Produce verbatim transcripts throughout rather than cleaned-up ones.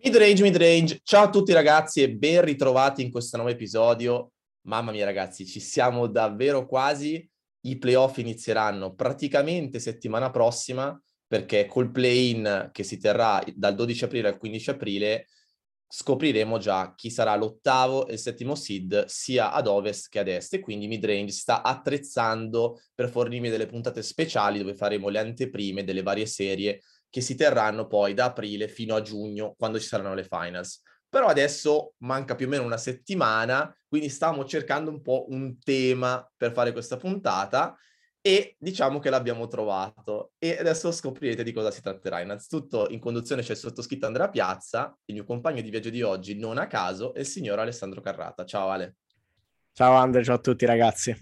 Midrange, midrange, ciao a tutti ragazzi e ben ritrovati in questo nuovo episodio. Mamma mia ragazzi, ci siamo davvero quasi, i playoff inizieranno praticamente settimana prossima perché col play-in che si terrà dal dodici aprile al quindici aprile scopriremo già chi sarà l'ottavo e il settimo seed sia ad ovest che ad est e quindi Midrange sta attrezzando per fornirmi delle puntate speciali dove faremo le anteprime delle varie serie che si terranno poi da aprile fino a giugno, quando ci saranno le finals. Però adesso manca più o meno una settimana, quindi stiamo cercando un po' un tema per fare questa puntata e diciamo che l'abbiamo trovato. E adesso scoprirete di cosa si tratterà. Innanzitutto in conduzione c'è il sottoscritto Andrea Piazza, il mio compagno di viaggio di oggi, non a caso, è il signor Alessandro Carrata. Ciao Ale. Ciao Andre, ciao a tutti ragazzi.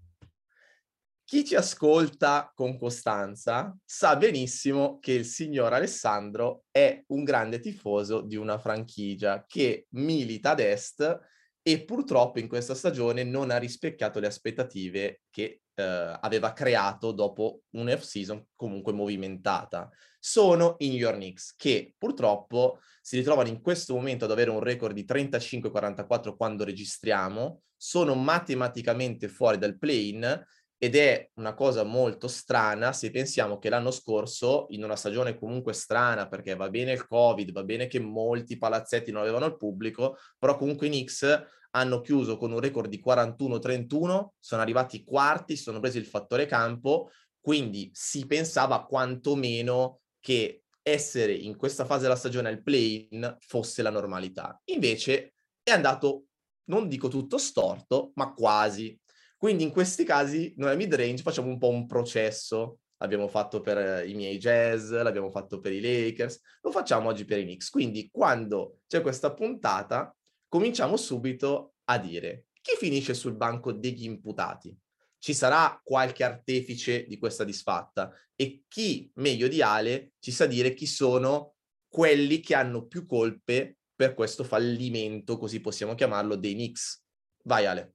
Chi ci ascolta con costanza sa benissimo che il signor Alessandro è un grande tifoso di una franchigia che milita ad est e purtroppo in questa stagione non ha rispecchiato le aspettative che eh, aveva creato dopo un off-season comunque movimentata. Sono i New York Knicks che purtroppo si ritrovano in questo momento ad avere un record di trentacinque quarantaquattro quando registriamo, sono matematicamente fuori dal play-in. Ed è una cosa molto strana se pensiamo che l'anno scorso, in una stagione comunque strana, perché va bene il Covid, va bene che molti palazzetti non avevano il pubblico, però comunque i Knicks hanno chiuso con un record di quarantuno trentuno, sono arrivati quarti, sono presi il fattore campo, quindi si pensava quantomeno che essere in questa fase della stagione al play-in fosse la normalità. Invece è andato, non dico tutto storto, ma quasi. Quindi in questi casi noi a midrange facciamo un po' un processo. L'abbiamo fatto per i miei Jazz, l'abbiamo fatto per i Lakers, lo facciamo oggi per i Knicks. Quindi quando c'è questa puntata cominciamo subito a dire chi finisce sul banco degli imputati. Ci sarà qualche artefice di questa disfatta e chi, meglio di Ale, ci sa dire chi sono quelli che hanno più colpe per questo fallimento, così possiamo chiamarlo, dei Knicks. Vai Ale.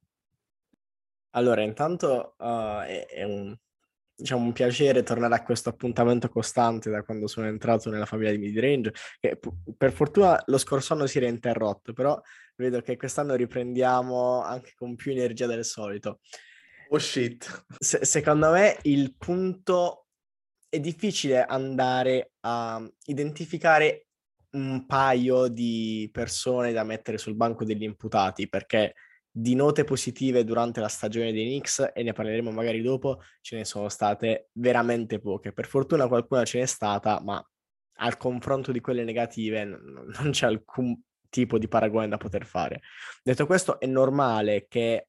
Allora, intanto uh, è, è un, diciamo, un piacere tornare a questo appuntamento costante da quando sono entrato nella famiglia di Midrange, che pu- per fortuna lo scorso anno si era interrotto, però vedo che quest'anno riprendiamo anche con più energia del solito. Oh shit. Se- secondo me il punto è difficile andare a identificare un paio di persone da mettere sul banco degli imputati, perché di note positive durante la stagione dei Knicks, e ne parleremo magari dopo, ce ne sono state veramente poche. Per fortuna qualcuna ce n'è stata, ma al confronto di quelle negative n- non c'è alcun tipo di paragone da poter fare. Detto questo, è normale che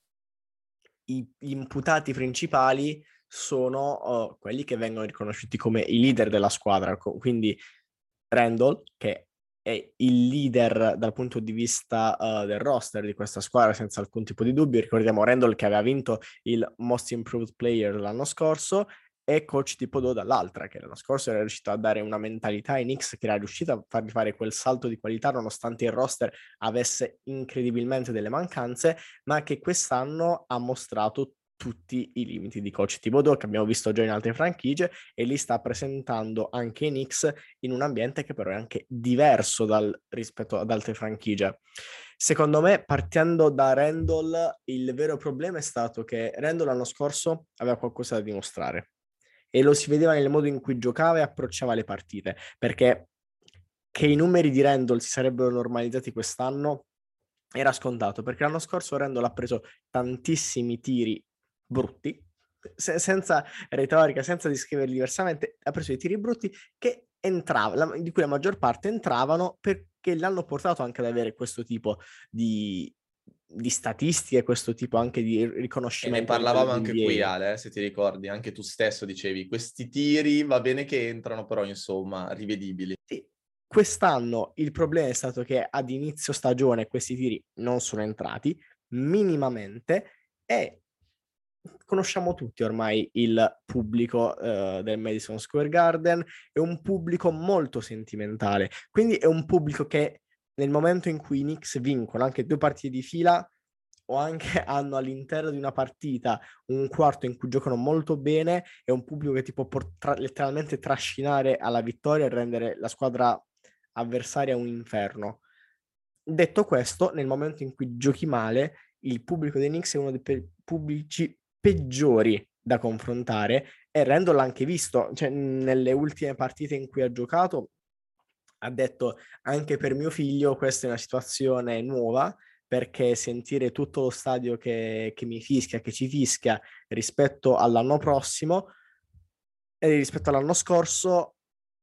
i, gli imputati principali sono oh, quelli che vengono riconosciuti come i leader della squadra, quindi Randall, che è il leader dal punto di vista uh, del roster di questa squadra senza alcun tipo di dubbio. Ricordiamo Randall che aveva vinto il Most Improved Player l'anno scorso e coach Thibodeau dall'altra, che l'anno scorso era riuscito a dare una mentalità ai Knicks che era riuscita a fargli fare quel salto di qualità nonostante il roster avesse incredibilmente delle mancanze, ma che quest'anno ha mostrato tutti i limiti di coach Thibodeau che abbiamo visto già in altre franchigie e li sta presentando anche i Knicks in un ambiente che però è anche diverso dal, rispetto ad altre franchigie. Secondo me, partendo da Randall, il vero problema è stato che Randall l'anno scorso aveva qualcosa da dimostrare e lo si vedeva nel modo in cui giocava e approcciava le partite, perché che i numeri di Randall si sarebbero normalizzati quest'anno era scontato, perché l'anno scorso Randall ha preso tantissimi tiri brutti, se- senza retorica, senza descriverli diversamente, ha preso dei tiri brutti che entravano, di cui la maggior parte entravano perché l'hanno portato anche ad avere questo tipo di, di statistiche, questo tipo anche di E ne riconoscimento a livello parlavamo di anche qui, N B A. Ale, eh, se ti ricordi, anche tu stesso dicevi, questi tiri va bene che entrano, però insomma, rivedibili. Sì, quest'anno il problema è stato che ad inizio stagione questi tiri non sono entrati minimamente e conosciamo tutti ormai il pubblico eh, del Madison Square Garden, è un pubblico molto sentimentale, quindi è un pubblico che nel momento in cui i Knicks vincono anche due partite di fila o anche hanno all'interno di una partita un quarto in cui giocano molto bene, è un pubblico che ti può portare letteralmente trascinare alla vittoria e rendere la squadra avversari è un inferno. Detto questo, nel momento in cui giochi male, il pubblico dei Knicks è uno dei pe- pubblici peggiori da confrontare, e Randall l'ha anche visto, cioè nelle ultime partite in cui ha giocato ha detto: anche per mio figlio questa è una situazione nuova, perché sentire tutto lo stadio che, che mi fischia, che ci fischia rispetto all'anno prossimo e rispetto all'anno scorso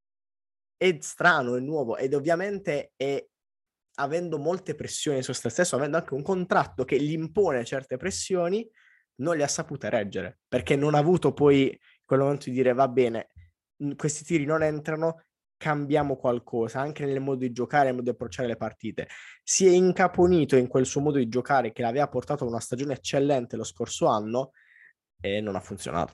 è strano, è nuovo, ed ovviamente è, avendo molte pressioni su se stesso, avendo anche un contratto che gli impone certe pressioni, non le ha sapute reggere, perché non ha avuto poi quel momento di dire: va bene, questi tiri non entrano, cambiamo qualcosa, anche nel modo di giocare, nel modo di approcciare le partite. Si è incaponito in quel suo modo di giocare che l'aveva portato a una stagione eccellente lo scorso anno, e non ha funzionato.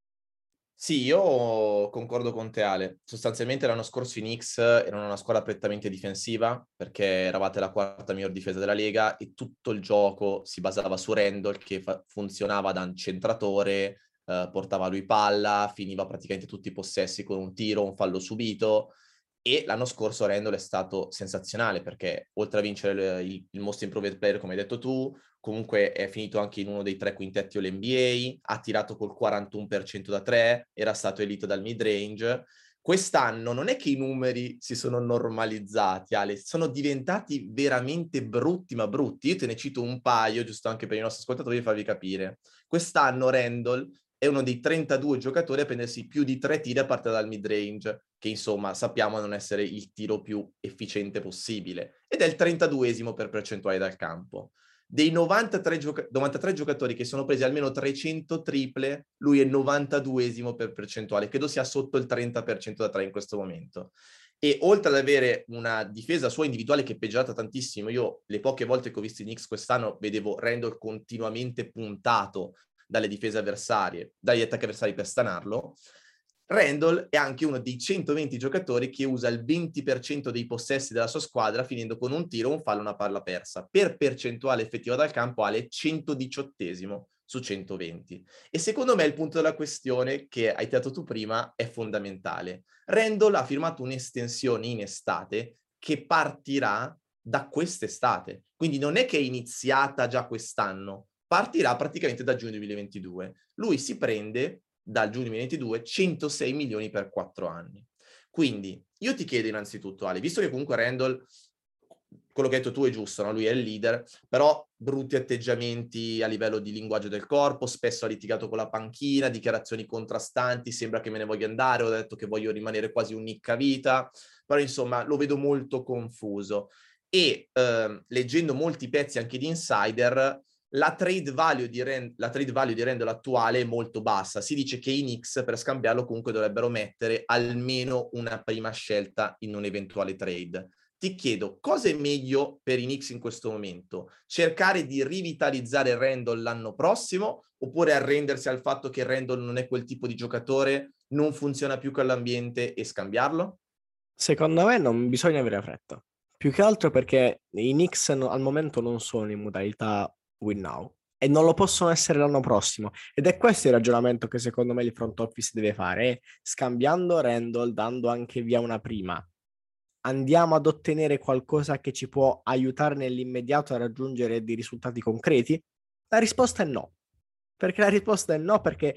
Sì, io concordo con te, Ale. Sostanzialmente l'anno scorso i Knicks erano una squadra prettamente difensiva, perché eravate la quarta miglior difesa della Lega e tutto il gioco si basava su Randall, che fa- funzionava da centratore, eh, portava lui palla, finiva praticamente tutti i possessi con un tiro, un fallo subito. E l'anno scorso Randall è stato sensazionale, perché oltre a vincere il, il, il Most Improved Player, come hai detto tu, comunque è finito anche in uno dei tre quintetti All N B A, ha tirato col quarantuno per cento da tre, era stato elite dal mid-range. Quest'anno non è che i numeri si sono normalizzati, Ale, sono diventati veramente brutti, ma brutti. Io te ne cito un paio, giusto anche per i nostri ascoltatori, per farvi capire. Quest'anno Randall è uno dei trentadue giocatori a prendersi più di tre tiri a partire dal mid-range, che insomma sappiamo non essere il tiro più efficiente possibile, ed è il trentaduesimo per percentuale dal campo. Dei novantatré, gioca- novantatré giocatori che sono presi almeno trecento triple, lui è novantaduesimo per percentuale, credo sia sotto il trenta per cento da tre in questo momento. E oltre ad avere una difesa sua individuale che è peggiorata tantissimo, io le poche volte che ho visto i Knicks quest'anno vedevo Randall continuamente puntato dalle difese avversarie, dagli attacchi avversari per stanarlo. Randall è anche uno dei centoventi giocatori che usa il venti per cento dei possessi della sua squadra finendo con un tiro, un fallo, una palla persa. Per percentuale effettiva dal campo Ale centodiciottesimo su centoventi. E secondo me il punto della questione che hai tirato tu prima è fondamentale. Randall ha firmato un'estensione in estate che partirà da quest'estate. Quindi non è che è iniziata già quest'anno, partirà praticamente da giugno duemilaventidue. Lui si prende dal giugno duemilaventidue centosei milioni per quattro anni. Quindi io ti chiedo innanzitutto, Ale, visto che comunque Randall, quello che hai detto tu è giusto, no? Lui è il leader, però brutti atteggiamenti a livello di linguaggio del corpo, spesso ha litigato con la panchina, dichiarazioni contrastanti, sembra che me ne voglia andare, ho detto che voglio rimanere quasi un'icca vita, però insomma lo vedo molto confuso. E eh, leggendo molti pezzi anche di insider, la trade value di, Rand- la trade value di Randall attuale è molto bassa. Si dice che i Knicks per scambiarlo comunque dovrebbero mettere almeno una prima scelta in un eventuale trade. Ti chiedo, cosa è meglio per i Knicks in questo momento? Cercare di rivitalizzare Randall l'anno prossimo oppure arrendersi al fatto che Randall non è quel tipo di giocatore, non funziona più con l'ambiente e scambiarlo? Secondo me non bisogna avere fretta. Più che altro perché i Knicks no- al momento non sono in modalità win now e non lo possono essere l'anno prossimo. Ed è questo il ragionamento che secondo me il front office deve fare. eh. Scambiando Randall, dando anche via una prima, andiamo ad ottenere qualcosa che ci può aiutare nell'immediato a raggiungere dei risultati concreti? La risposta è no. Perché la risposta è no, perché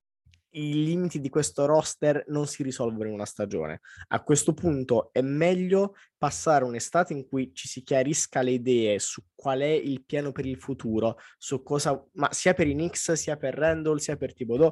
i limiti di questo roster non si risolvono in una stagione. A questo punto è meglio passare un'estate in cui ci si chiarisca le idee su qual è il piano per il futuro, su cosa, ma sia per i Knicks, sia per Randall, sia per Thibodeau,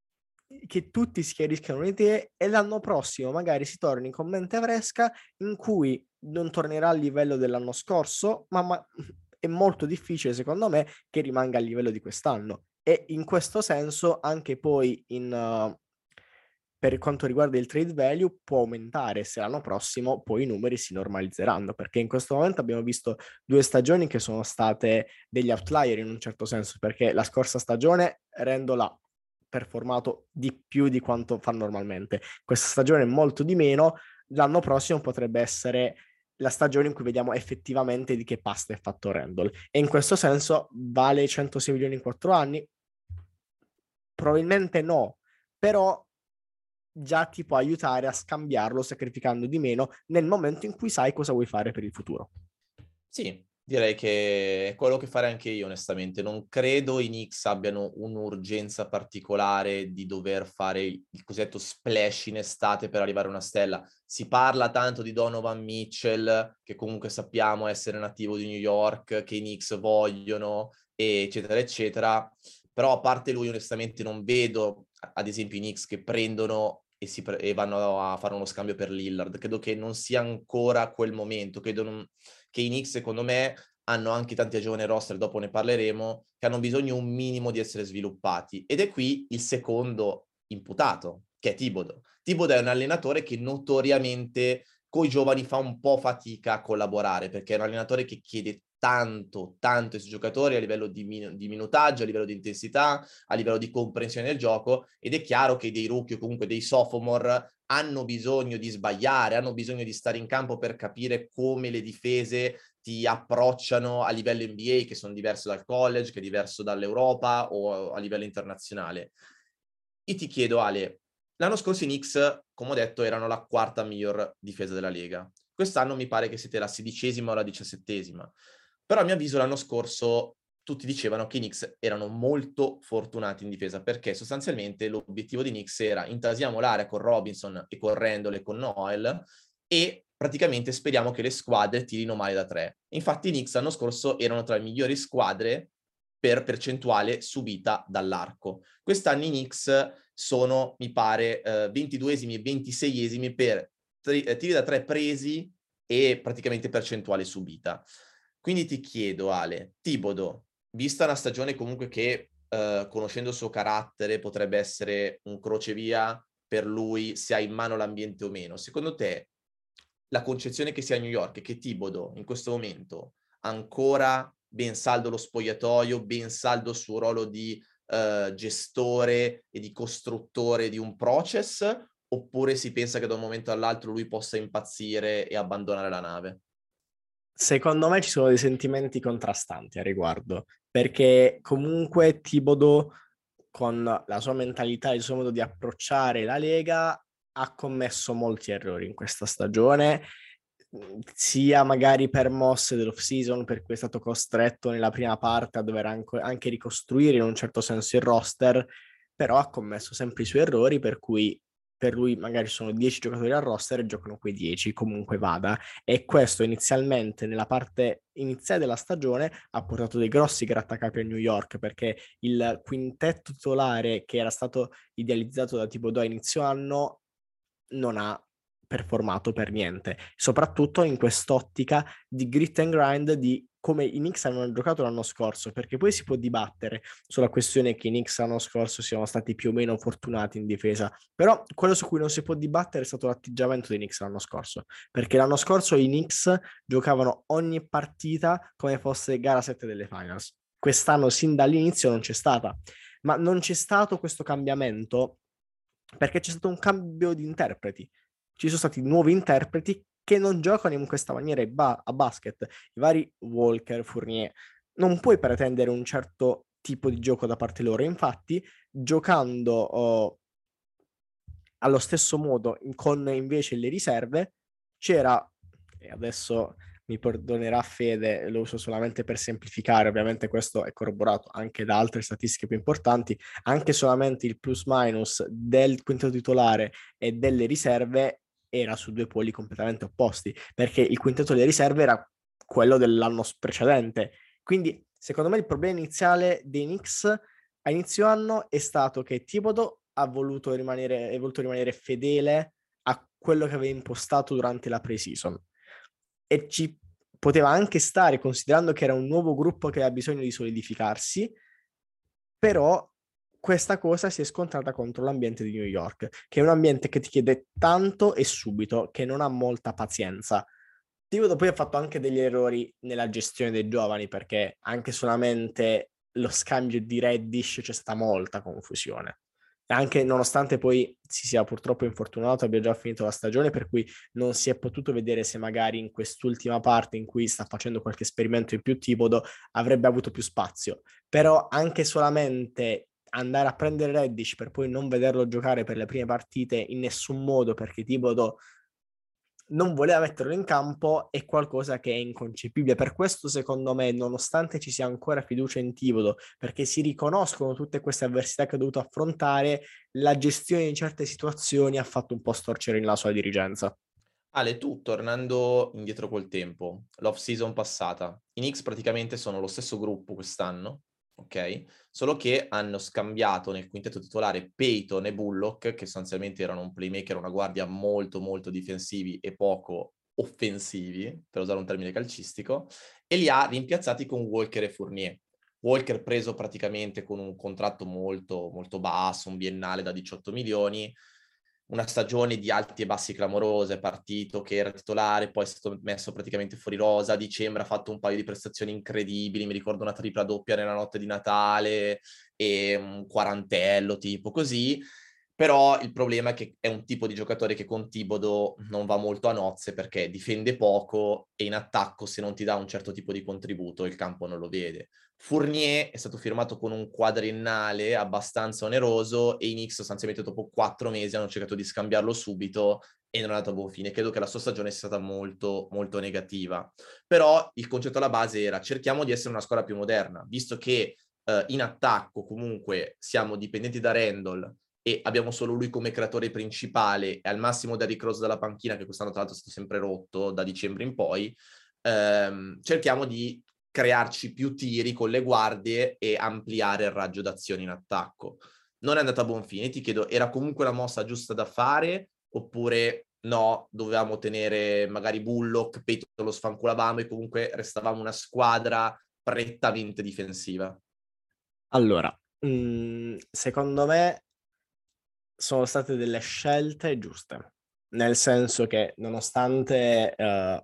che tutti si chiariscano le idee, e l'anno prossimo magari si torni con mente fresca in cui non tornerà al livello dell'anno scorso, ma, ma è molto difficile secondo me che rimanga al livello di quest'anno. E in questo senso anche poi in, uh, per quanto riguarda il trade value può aumentare se l'anno prossimo poi i numeri si normalizzeranno, perché in questo momento abbiamo visto due stagioni che sono state degli outlier in un certo senso, perché la scorsa stagione Randall ha performato di più di quanto fa normalmente, questa stagione molto di meno, l'anno prossimo potrebbe essere la stagione in cui vediamo effettivamente di che pasta è fatto Randall, e in questo senso vale centosei milioni in quattro anni? Probabilmente no, però già ti può aiutare a scambiarlo sacrificando di meno nel momento in cui sai cosa vuoi fare per il futuro. Sì, direi che è quello che farei anche io, onestamente. Non credo i Knicks abbiano un'urgenza particolare di dover fare il cosiddetto splash in estate per arrivare a una stella. Si parla tanto di Donovan Mitchell, che comunque sappiamo essere nativo di New York, che i Knicks vogliono, eccetera, eccetera. Però a parte lui, onestamente, non vedo, ad esempio, i Knicks che prendono e, si pre- e vanno a fare uno scambio per Lillard. Credo che non sia ancora quel momento. Credo non che i Knicks, secondo me, hanno anche tanti giovani roster, dopo ne parleremo, che hanno bisogno un minimo di essere sviluppati. Ed è qui il secondo imputato, che è Thibodeau. Thibodeau è un allenatore che notoriamente coi giovani fa un po' fatica a collaborare, perché è un allenatore che chiede tanto, tanto ai suoi giocatori a livello di, min- di minutaggio, a livello di intensità, a livello di comprensione del gioco, ed è chiaro che dei rookie o comunque dei sophomore hanno bisogno di sbagliare, hanno bisogno di stare in campo per capire come le difese ti approcciano a livello N B A, che sono diverso dal college, che è diverso dall'Europa o a livello internazionale. Io ti chiedo, Ale, l'anno scorso i Knicks, come ho detto, erano la quarta miglior difesa della Lega. Quest'anno mi pare che siete la sedicesima o la diciassettesima. Però a mio avviso l'anno scorso tutti dicevano che i Knicks erano molto fortunati in difesa, perché sostanzialmente l'obiettivo dei Knicks era intasiamo l'area con Robinson e con Randle e con Noel e praticamente speriamo che le squadre tirino male da tre. Infatti i Knicks l'anno scorso erano tra le migliori squadre per percentuale subita dall'arco. Quest'anno i Knicks sono, mi pare, eh, ventiduesimi e ventiseiesimi per tri- eh, tiri da tre presi e praticamente percentuale subita. Quindi ti chiedo, Ale, Thibodeau, vista una stagione comunque che, eh, conoscendo il suo carattere, potrebbe essere un crocevia per lui se ha in mano l'ambiente o meno, secondo te la concezione che sia a New York è che Thibodeau in questo momento ancora ben saldo lo spogliatoio, ben saldo il suo ruolo di uh, gestore e di costruttore di un process, oppure si pensa che da un momento all'altro lui possa impazzire e abbandonare la nave? Secondo me ci sono dei sentimenti contrastanti a riguardo, perché comunque Thibodeau, con la sua mentalità e il suo modo di approcciare la Lega, ha commesso molti errori in questa stagione, sia magari per mosse dell'off season, per cui è stato costretto nella prima parte a dover anche, anche ricostruire in un certo senso il roster, però ha commesso sempre i suoi errori, per cui per lui magari sono dieci giocatori al roster e giocano quei dieci, comunque vada. E questo inizialmente, nella parte iniziale della stagione, ha portato dei grossi grattacapi a New York, perché il quintetto titolare che era stato idealizzato da Thibodeau a inizio anno non ha performato per niente, soprattutto in quest'ottica di grit and grind, di come i Knicks hanno giocato l'anno scorso, perché poi si può dibattere sulla questione che i Knicks l'anno scorso siano stati più o meno fortunati in difesa, però quello su cui non si può dibattere è stato l'atteggiamento dei Knicks l'anno scorso, perché l'anno scorso i Knicks giocavano ogni partita come fosse gara sette delle finals. Quest'anno sin dall'inizio non c'è stata, ma non c'è stato questo cambiamento perché c'è stato un cambio di interpreti. Ci sono stati nuovi interpreti che non giocano in questa maniera ba- a basket. I vari Walker, Fournier. Non puoi pretendere un certo tipo di gioco da parte loro. Infatti, giocando oh, allo stesso modo con invece le riserve, c'era, e adesso mi perdonerà Fede, lo uso solamente per semplificare, ovviamente questo è corroborato anche da altre statistiche più importanti, anche solamente il plus minus del quintetto titolare e delle riserve era su due poli completamente opposti, perché il quintetto delle riserve era quello dell'anno precedente. Quindi, secondo me, il problema iniziale dei Knicks a inizio anno è stato che Thibodeau ha voluto rimanere, è voluto rimanere fedele a quello che aveva impostato durante la pre-season. E ci poteva anche stare, considerando che era un nuovo gruppo che aveva bisogno di solidificarsi, però questa cosa si è scontrata contro l'ambiente di New York, che è un ambiente che ti chiede tanto e subito, che non ha molta pazienza. Thibodeau poi ha fatto anche degli errori nella gestione dei giovani, perché anche solamente lo scambio di Reddish c'è stata molta confusione. Anche nonostante poi si sia purtroppo infortunato, abbia già finito la stagione, per cui non si è potuto vedere se magari in quest'ultima parte in cui sta facendo qualche esperimento in più Thibodeau avrebbe avuto più spazio. Però anche solamente andare a prendere Reddish per poi non vederlo giocare per le prime partite in nessun modo perché Thibodeau non voleva metterlo in campo è qualcosa che è inconcepibile. Per questo, secondo me, nonostante ci sia ancora fiducia in Thibodeau, perché si riconoscono tutte queste avversità che ha dovuto affrontare, la gestione di certe situazioni ha fatto un po' storcere il naso alla dirigenza. Ale, tu tornando indietro col tempo, l'off season passata, i Knicks praticamente sono lo stesso gruppo quest'anno, ok? Solo che hanno scambiato nel quintetto titolare Peyton e Bullock, che sostanzialmente erano un playmaker, una guardia molto molto difensivi e poco offensivi, per usare un termine calcistico, e li ha rimpiazzati con Walker e Fournier. Walker preso praticamente con un contratto molto molto basso, un biennale da diciotto milioni, una stagione di alti e bassi clamorosa, è partito che era titolare, poi è stato messo praticamente fuori rosa, a dicembre ha fatto un paio di prestazioni incredibili, mi ricordo una tripla doppia nella notte di Natale e un quarantello tipo così, però il problema è che è un tipo di giocatore che con Thibodeau non va molto a nozze perché difende poco e in attacco se non ti dà un certo tipo di contributo il campo non lo vede. Fournier è stato firmato con un quadriennale abbastanza oneroso e i Knicks sostanzialmente dopo quattro mesi hanno cercato di scambiarlo subito e non è andato a buon fine. Credo che la sua stagione sia stata molto, molto negativa. Però il concetto alla base era cerchiamo di essere una squadra più moderna, visto che eh, in attacco comunque siamo dipendenti da Randall e abbiamo solo lui come creatore principale e al massimo Derrick Rose dalla panchina, che quest'anno tra l'altro è stato sempre rotto da dicembre in poi, ehm, cerchiamo di crearci più tiri con le guardie e ampliare il raggio d'azione in attacco. Non è andata a buon fine, ti chiedo, era comunque la mossa giusta da fare oppure no, dovevamo tenere magari Bullock, Peyton lo sfanculavamo e comunque restavamo una squadra prettamente difensiva? Allora, mh, secondo me sono state delle scelte giuste, nel senso che nonostante eh,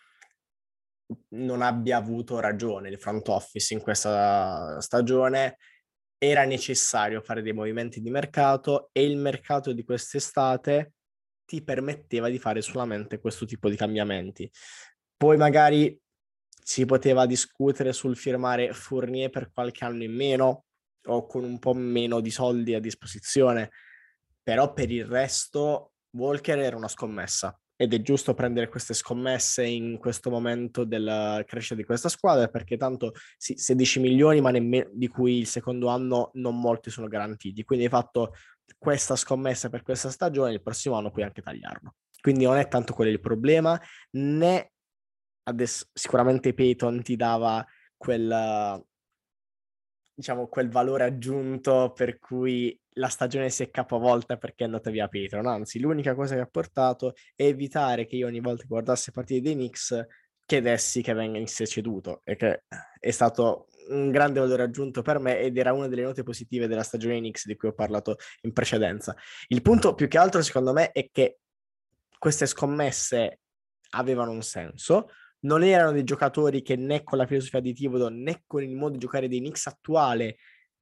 non abbia avuto ragione il front office in questa stagione, era necessario fare dei movimenti di mercato e il mercato di quest'estate ti permetteva di fare solamente questo tipo di cambiamenti. Poi magari si poteva discutere sul firmare Fournier per qualche anno in meno o con un po' meno di soldi a disposizione, però per il resto Walker era una scommessa ed è giusto prendere queste scommesse in questo momento della crescita di questa squadra perché tanto sì, sedici milioni ma nemmeno di cui il secondo anno non molti sono garantiti, quindi hai fatto questa scommessa per questa stagione, il prossimo anno puoi anche tagliarlo, quindi non è tanto quello il problema, né adesso sicuramente Peyton ti dava quel, diciamo, quel valore aggiunto per cui la stagione si è capovolta perché è andata via Peyton, anzi l'unica cosa che ha portato è evitare che io ogni volta che guardassi partite dei Knicks chiedessi che venisse ceduto e che è stato un grande valore aggiunto per me ed era una delle note positive della stagione Knicks di cui ho parlato in precedenza. Il punto più che altro secondo me è che queste scommesse avevano un senso, non erano dei giocatori che né con la filosofia di Thibodeau né con il modo di giocare dei Knicks attuale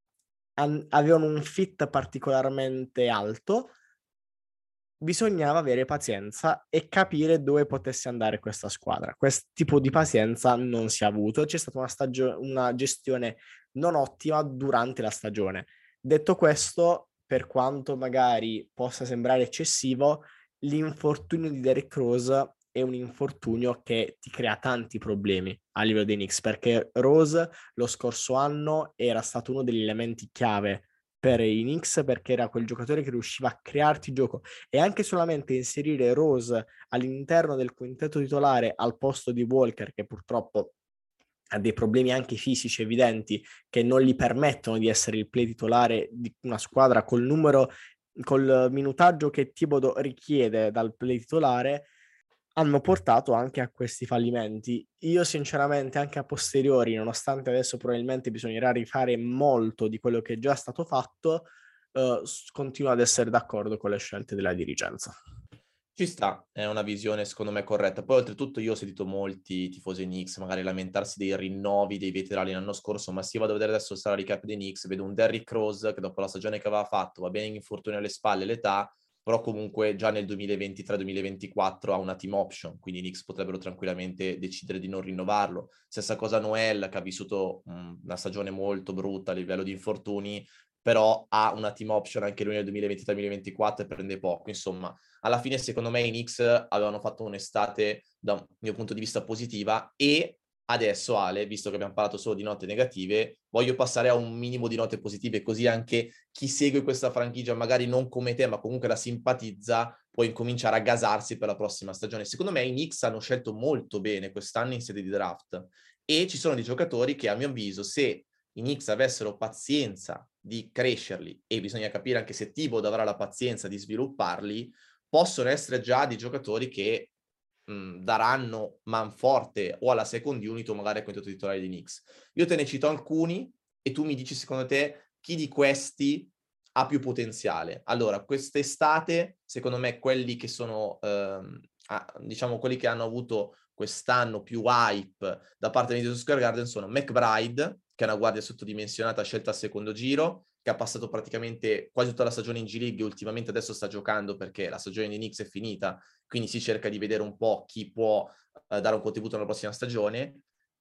an- avevano un fit particolarmente alto, bisognava avere pazienza e capire dove potesse andare questa squadra. Questo tipo di pazienza non si è avuto, c'è stata una, stagio- una gestione non ottima durante la stagione. Detto questo, per quanto magari possa sembrare eccessivo, l'infortunio di Derrick Rose è un infortunio che ti crea tanti problemi a livello dei Knicks, perché Rose lo scorso anno era stato uno degli elementi chiave per i Knicks perché era quel giocatore che riusciva a crearti gioco e anche solamente inserire Rose all'interno del quintetto titolare al posto di Walker, che purtroppo ha dei problemi anche fisici evidenti che non gli permettono di essere il play titolare di una squadra col numero, col minutaggio che Thibodeau richiede dal play titolare, hanno portato anche a questi fallimenti. Io sinceramente anche a posteriori, nonostante adesso probabilmente bisognerà rifare molto di quello che è già stato fatto, eh, continuo ad essere d'accordo con le scelte della dirigenza. Ci sta, è una visione secondo me corretta. Poi oltretutto io ho sentito molti tifosi Knicks magari lamentarsi dei rinnovi dei veterani l'anno scorso, ma se io vado a vedere adesso il salary cap dei Knicks, vedo un Derrick Rose che dopo la stagione che aveva fatto va bene in infortunio alle spalle l'età, però comunque già nel duemilaventitré duemilaventiquattro ha una team option, quindi i Knicks potrebbero tranquillamente decidere di non rinnovarlo. Stessa cosa Noel che ha vissuto mh, una stagione molto brutta a livello di infortuni, però ha una team option anche lui nel duemilaventitré duemilaventiquattro e prende poco. Insomma, alla fine secondo me i Knicks avevano fatto un'estate da un mio punto di vista positiva, e adesso, Ale, visto che abbiamo parlato solo di note negative, voglio passare a un minimo di note positive, così anche chi segue questa franchigia, magari non come te, ma comunque la simpatizza, può incominciare a gasarsi per la prossima stagione. Secondo me i Knicks hanno scelto molto bene quest'anno in sede di draft, e ci sono dei giocatori che, a mio avviso, se i Knicks avessero pazienza di crescerli, e bisogna capire anche se Thibodeau avrà la pazienza di svilupparli, possono essere già dei giocatori che mh, daranno manforte o alla second unit o magari al quintetto titolare di Knicks. Io te ne cito alcuni e tu mi dici secondo te chi di questi ha più potenziale. Allora, quest'estate, secondo me, quelli che sono, ehm, ah, diciamo, quelli che hanno avuto quest'anno più hype da parte di Madison Square Garden sono McBride, che è una guardia sottodimensionata scelta al secondo giro, che ha passato praticamente quasi tutta la stagione in G League e ultimamente adesso sta giocando perché la stagione di Knicks è finita, quindi si cerca di vedere un po' chi può eh, dare un contributo nella prossima stagione.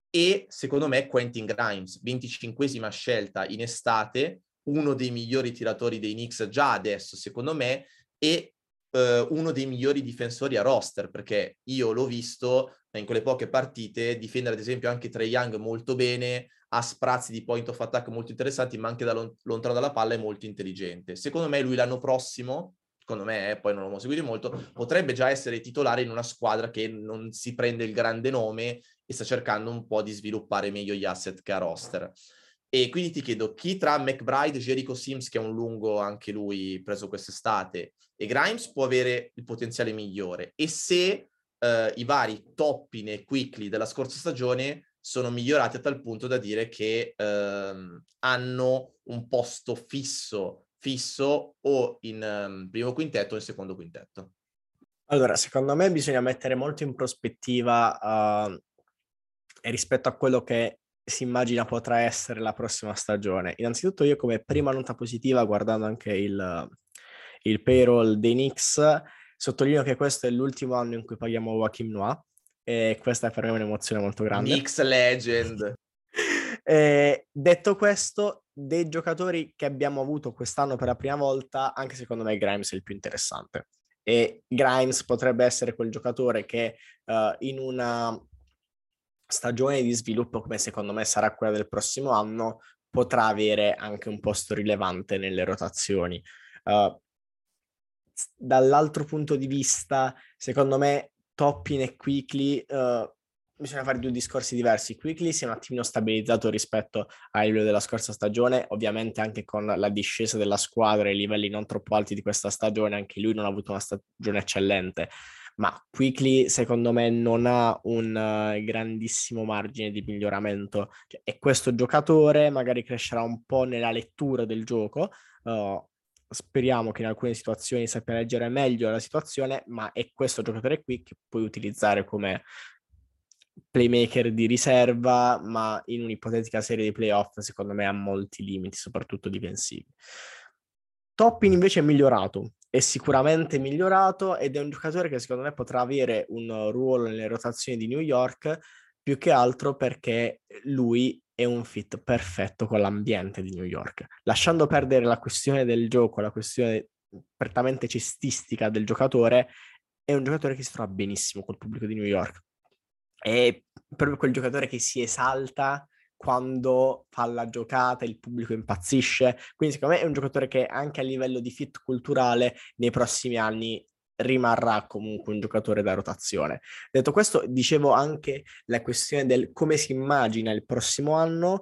E secondo me Quentin Grimes, venticinquesima scelta in estate, uno dei migliori tiratori dei Knicks già adesso, secondo me, e eh, uno dei migliori difensori a roster, perché io l'ho visto in quelle poche partite difendere ad esempio anche Trae Young molto bene, ha sprazzi di point of attack molto interessanti, ma anche da lont- lontano dalla palla è molto intelligente. Secondo me lui l'anno prossimo, secondo me, eh, poi non l'ho seguito molto, potrebbe già essere titolare in una squadra che non si prende il grande nome e sta cercando un po' di sviluppare meglio gli asset che ha roster. E quindi ti chiedo, chi tra McBride, Jericho Sims, che è un lungo anche lui preso quest'estate, e Grimes può avere il potenziale migliore? E se eh, i vari Toppin e Quickly della scorsa stagione sono migliorati a tal punto da dire che ehm, hanno un posto fisso, fisso o in um, primo quintetto o in secondo quintetto? Allora, secondo me bisogna mettere molto in prospettiva uh, rispetto a quello che si immagina potrà essere la prossima stagione. Innanzitutto io come prima nota positiva, guardando anche il, il payroll dei Knicks, sottolineo che questo è l'ultimo anno in cui paghiamo Joachim Noah, e questa è per me un'emozione molto grande. Knicks legend! E detto questo, dei giocatori che abbiamo avuto quest'anno per la prima volta, anche secondo me Grimes è il più interessante. E Grimes potrebbe essere quel giocatore che uh, in una stagione di sviluppo, come secondo me sarà quella del prossimo anno, potrà avere anche un posto rilevante nelle rotazioni. Uh, dall'altro punto di vista, secondo me, Toppin e Quickly uh, bisogna fare due discorsi diversi. Quickly si è un attimino stabilizzato rispetto al livello della scorsa stagione, ovviamente anche con la discesa della squadra e i livelli non troppo alti di questa stagione, anche lui non ha avuto una stagione eccellente, ma Quickly secondo me non ha un uh, grandissimo margine di miglioramento. Cioè, e questo giocatore magari crescerà un po' nella lettura del gioco, uh, speriamo che in alcune situazioni sappia leggere meglio la situazione, ma è questo giocatore qui che puoi utilizzare come playmaker di riserva, ma in un'ipotetica serie di playoff secondo me ha molti limiti, soprattutto difensivi. Toppin invece è migliorato, è sicuramente migliorato ed è un giocatore che secondo me potrà avere un ruolo nelle rotazioni di New York, più che altro perché lui è un fit perfetto con l'ambiente di New York, lasciando perdere la questione del gioco, la questione prettamente cestistica del giocatore. È un giocatore che si trova benissimo col pubblico di New York, è proprio quel giocatore che si esalta quando fa la giocata, il pubblico impazzisce, quindi secondo me è un giocatore che anche a livello di fit culturale nei prossimi anni rimarrà comunque un giocatore da rotazione. Detto questo, dicevo anche la questione del come si immagina il prossimo anno,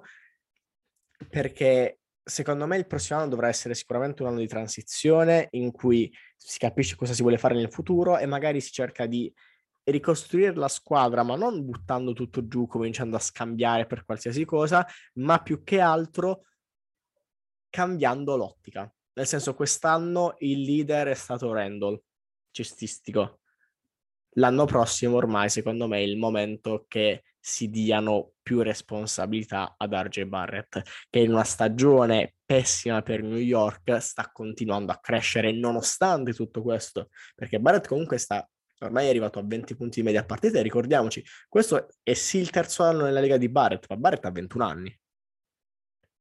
perché secondo me il prossimo anno dovrà essere sicuramente un anno di transizione in cui si capisce cosa si vuole fare nel futuro e magari si cerca di ricostruire la squadra, ma non buttando tutto giù, cominciando a scambiare per qualsiasi cosa, ma più che altro cambiando l'ottica. Nel senso, quest'anno il leader è stato Randall, cestistico. L'anno prossimo ormai, secondo me, è il momento che si diano più responsabilità ad R J Barrett, che in una stagione pessima per New York sta continuando a crescere nonostante tutto questo, perché Barrett comunque sta ormai è arrivato a venti punti di media a partita, e ricordiamoci, questo è sì il terzo anno nella Lega di Barrett, ma Barrett ha ventuno anni.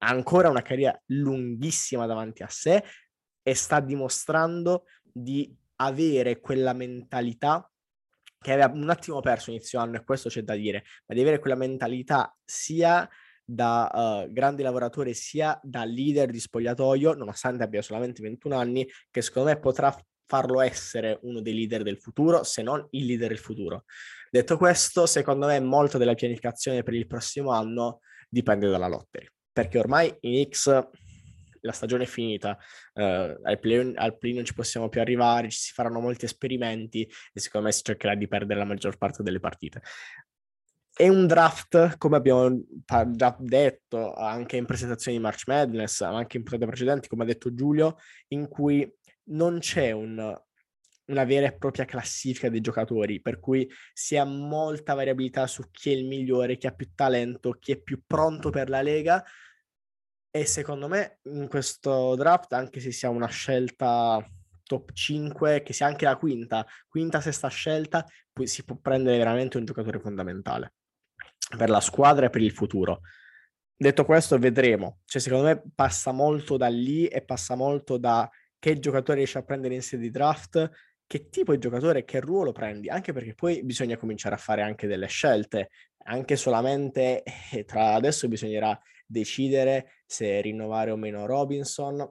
ha ancora una carriera lunghissima davanti a sé e sta dimostrando di avere quella mentalità che aveva un attimo perso inizio anno, e questo c'è da dire, ma di avere quella mentalità sia da uh, grande lavoratore sia da leader di spogliatoio, nonostante abbia solamente ventuno anni, che secondo me potrà farlo essere uno dei leader del futuro, se non il leader del futuro. Detto questo, secondo me molto della pianificazione per il prossimo anno dipende dalla lottery, perché ormai i Knicks la stagione è finita, uh, al play al play non ci possiamo più arrivare, ci si faranno molti esperimenti e secondo me si cercherà di perdere la maggior parte delle partite. È un draft, come abbiamo già detto anche in presentazioni di March Madness, ma anche in puntate precedenti, come ha detto Giulio, in cui non c'è un, una vera e propria classifica dei giocatori, per cui si ha molta variabilità su chi è il migliore, chi ha più talento, chi è più pronto per la Lega. E secondo me in questo draft, anche se sia una scelta top cinque, che sia anche la quinta, quinta, sesta scelta, poi si può prendere veramente un giocatore fondamentale per la squadra e per il futuro. Detto questo, vedremo. Cioè, secondo me passa molto da lì e passa molto da che giocatore riesci a prendere in sede di draft, che tipo di giocatore, che ruolo prendi, anche perché poi bisogna cominciare a fare anche delle scelte, anche solamente eh, tra adesso bisognerà decidere se rinnovare o meno Robinson.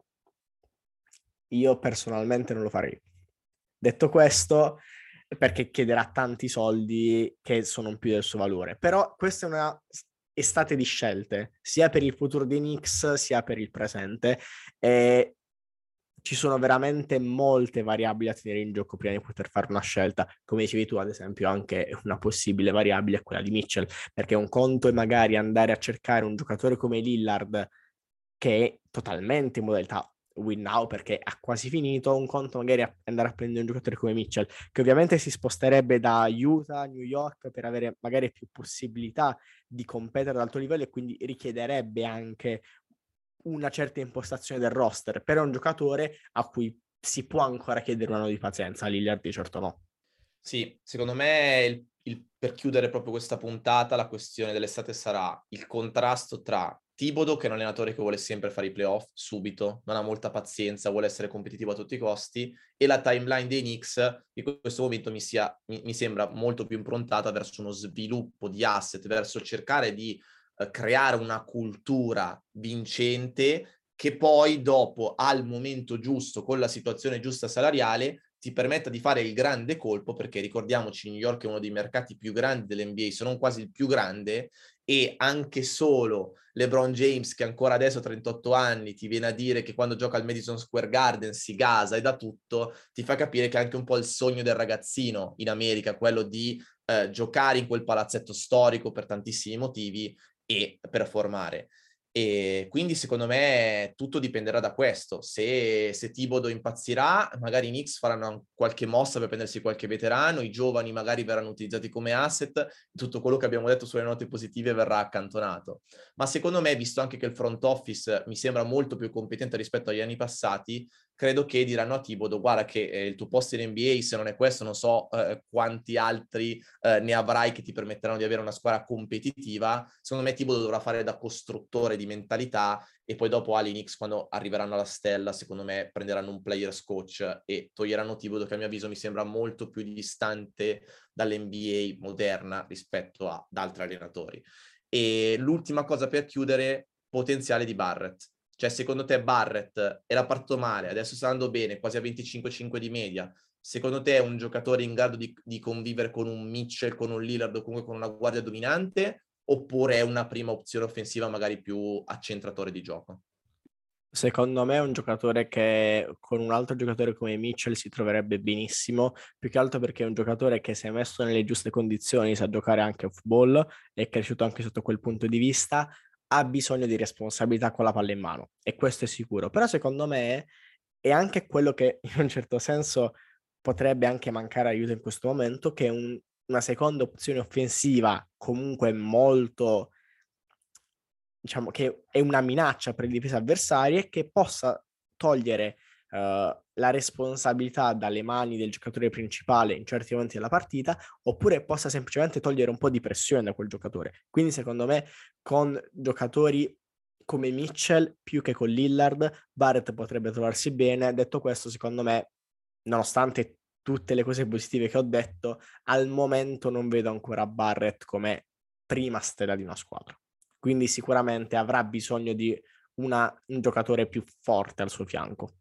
Io personalmente non lo farei. Detto questo, perché chiederà tanti soldi che sono più del suo valore. Però questa è una estate di scelte, sia per il futuro dei Knicks, sia per il presente. E ci sono veramente molte variabili da tenere in gioco prima di poter fare una scelta. Come dicevi tu, ad esempio, anche una possibile variabile è quella di Mitchell, perché un conto è magari andare a cercare un giocatore come Lillard, che è totalmente in modalità win now perché ha quasi finito, un conto magari andare a prendere un giocatore come Mitchell, che ovviamente si sposterebbe da Utah a New York per avere magari più possibilità di competere ad alto livello e quindi richiederebbe anche una certa impostazione del roster, però è un giocatore a cui si può ancora chiedere un anno di pazienza, a Lillard di certo no. Sì, secondo me il, il, per chiudere proprio questa puntata la questione dell'estate sarà il contrasto tra Thibodeau, che è un allenatore che vuole sempre fare i playoff subito, non ha molta pazienza, vuole essere competitivo a tutti i costi, e la timeline dei Knicks che in questo momento mi, sia, mi, mi sembra molto più improntata verso uno sviluppo di asset, verso cercare di eh, creare una cultura vincente che poi dopo, al momento giusto, con la situazione giusta salariale, ti permetta di fare il grande colpo, perché ricordiamoci, New York è uno dei mercati più grandi dell'N B A, se non quasi il più grande, e anche solo LeBron James, che ancora adesso ha trentotto anni, ti viene a dire che quando gioca al Madison Square Garden si gasa e da tutto, ti fa capire che è anche un po' il sogno del ragazzino in America, quello di eh, giocare in quel palazzetto storico per tantissimi motivi e performare. E quindi secondo me tutto dipenderà da questo. Se, se Thibodeau impazzirà, magari i Knicks faranno qualche mossa per prendersi qualche veterano, i giovani magari verranno utilizzati come asset, tutto quello che abbiamo detto sulle note positive verrà accantonato. Ma secondo me, visto anche che il front office mi sembra molto più competente rispetto agli anni passati, credo che diranno a Thibodeau: guarda che eh, il tuo posto in N B A, se non è questo, non so eh, quanti altri eh, ne avrai che ti permetteranno di avere una squadra competitiva. Secondo me Thibodeau dovrà fare da costruttore di mentalità, e poi dopo Ali Knicks, quando arriveranno alla stella, secondo me prenderanno un players coach e toglieranno Thibodeau, che a mio avviso mi sembra molto più distante dall'N B A moderna rispetto ad altri allenatori. E l'ultima cosa per chiudere, potenziale di Barrett. Cioè, secondo te Barrett era partito male, adesso sta andando bene, quasi a venticinque virgola cinque di media. Secondo te è un giocatore in grado di, di convivere con un Mitchell, con un Lillard o comunque con una guardia dominante, oppure è una prima opzione offensiva magari più accentratore di gioco? Secondo me è un giocatore che con un altro giocatore come Mitchell si troverebbe benissimo, più che altro perché è un giocatore che se messo nelle giuste condizioni sa giocare anche off-ball, è cresciuto anche sotto quel punto di vista, ha bisogno di responsabilità con la palla in mano e questo è sicuro. Però secondo me è anche quello che in un certo senso potrebbe anche mancare aiuto in questo momento, che è un, una seconda opzione offensiva comunque molto, diciamo, che è una minaccia per le difese avversarie e che possa togliere uh, la responsabilità dalle mani del giocatore principale in certi momenti della partita, oppure possa semplicemente togliere un po' di pressione da quel giocatore. Quindi secondo me con giocatori come Mitchell più che con Lillard. Barrett potrebbe trovarsi bene. Detto questo, secondo me, nonostante tutte le cose positive che ho detto, al momento non vedo ancora Barrett come prima stella di una squadra. Quindi sicuramente avrà bisogno di una, un giocatore più forte al suo fianco.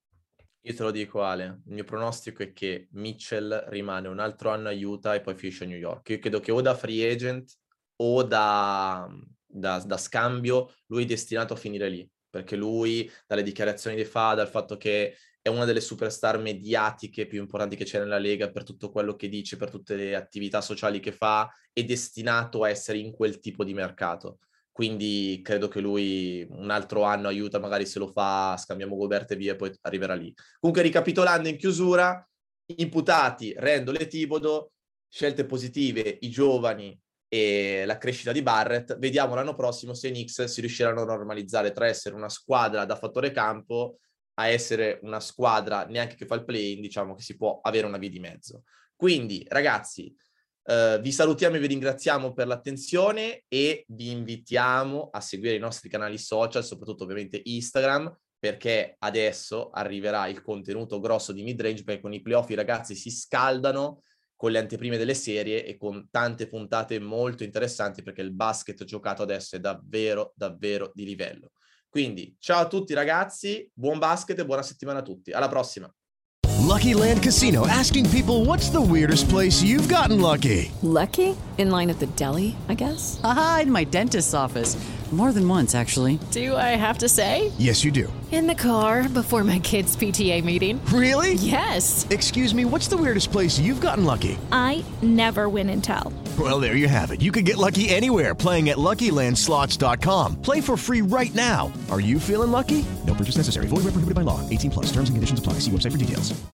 Io te lo dico, Ale, il mio pronostico è che Mitchell rimane un altro anno a Utah e poi finisce a New York. Io credo che o da free agent o da, da, da scambio lui è destinato a finire lì, perché lui, dalle dichiarazioni che fa, dal fatto che è una delle superstar mediatiche più importanti che c'è nella Lega, per tutto quello che dice, per tutte le attività sociali che fa, è destinato a essere in quel tipo di mercato. Quindi credo che lui un altro anno aiuta, magari se lo fa, scambiamo Gobert e via, e poi arriverà lì. Comunque, ricapitolando in chiusura, imputati, Randle e Thibodeau, scelte positive, i giovani e la crescita di Barrett. Vediamo l'anno prossimo se i Knicks si riusciranno a normalizzare tra essere una squadra da fattore campo a essere una squadra neanche che fa il play-in, diciamo che si può avere una via di mezzo. Quindi, ragazzi, Uh, vi salutiamo e vi ringraziamo per l'attenzione e vi invitiamo a seguire i nostri canali social, soprattutto ovviamente Instagram, perché adesso arriverà il contenuto grosso di Midrange, perché con i playoff i ragazzi si scaldano con le anteprime delle serie e con tante puntate molto interessanti, perché il basket giocato adesso è davvero, davvero di livello. Quindi ciao a tutti ragazzi, buon basket e buona settimana a tutti. Alla prossima! Lucky Land Casino, asking people, what's the weirdest place you've gotten lucky? Lucky? In line at the deli, I guess? Aha, in my dentist's office. More than once, actually. Do I have to say? Yes, you do. In the car before my kids' P T A meeting. Really? Yes. Excuse me, what's the weirdest place you've gotten lucky? I never win and tell. Well, there you have it. You can get lucky anywhere, playing at Lucky Land Slots dot com. Play for free right now. Are you feeling lucky? No purchase necessary. Void where prohibited by law. eighteen plus. Terms and conditions apply. See website for details.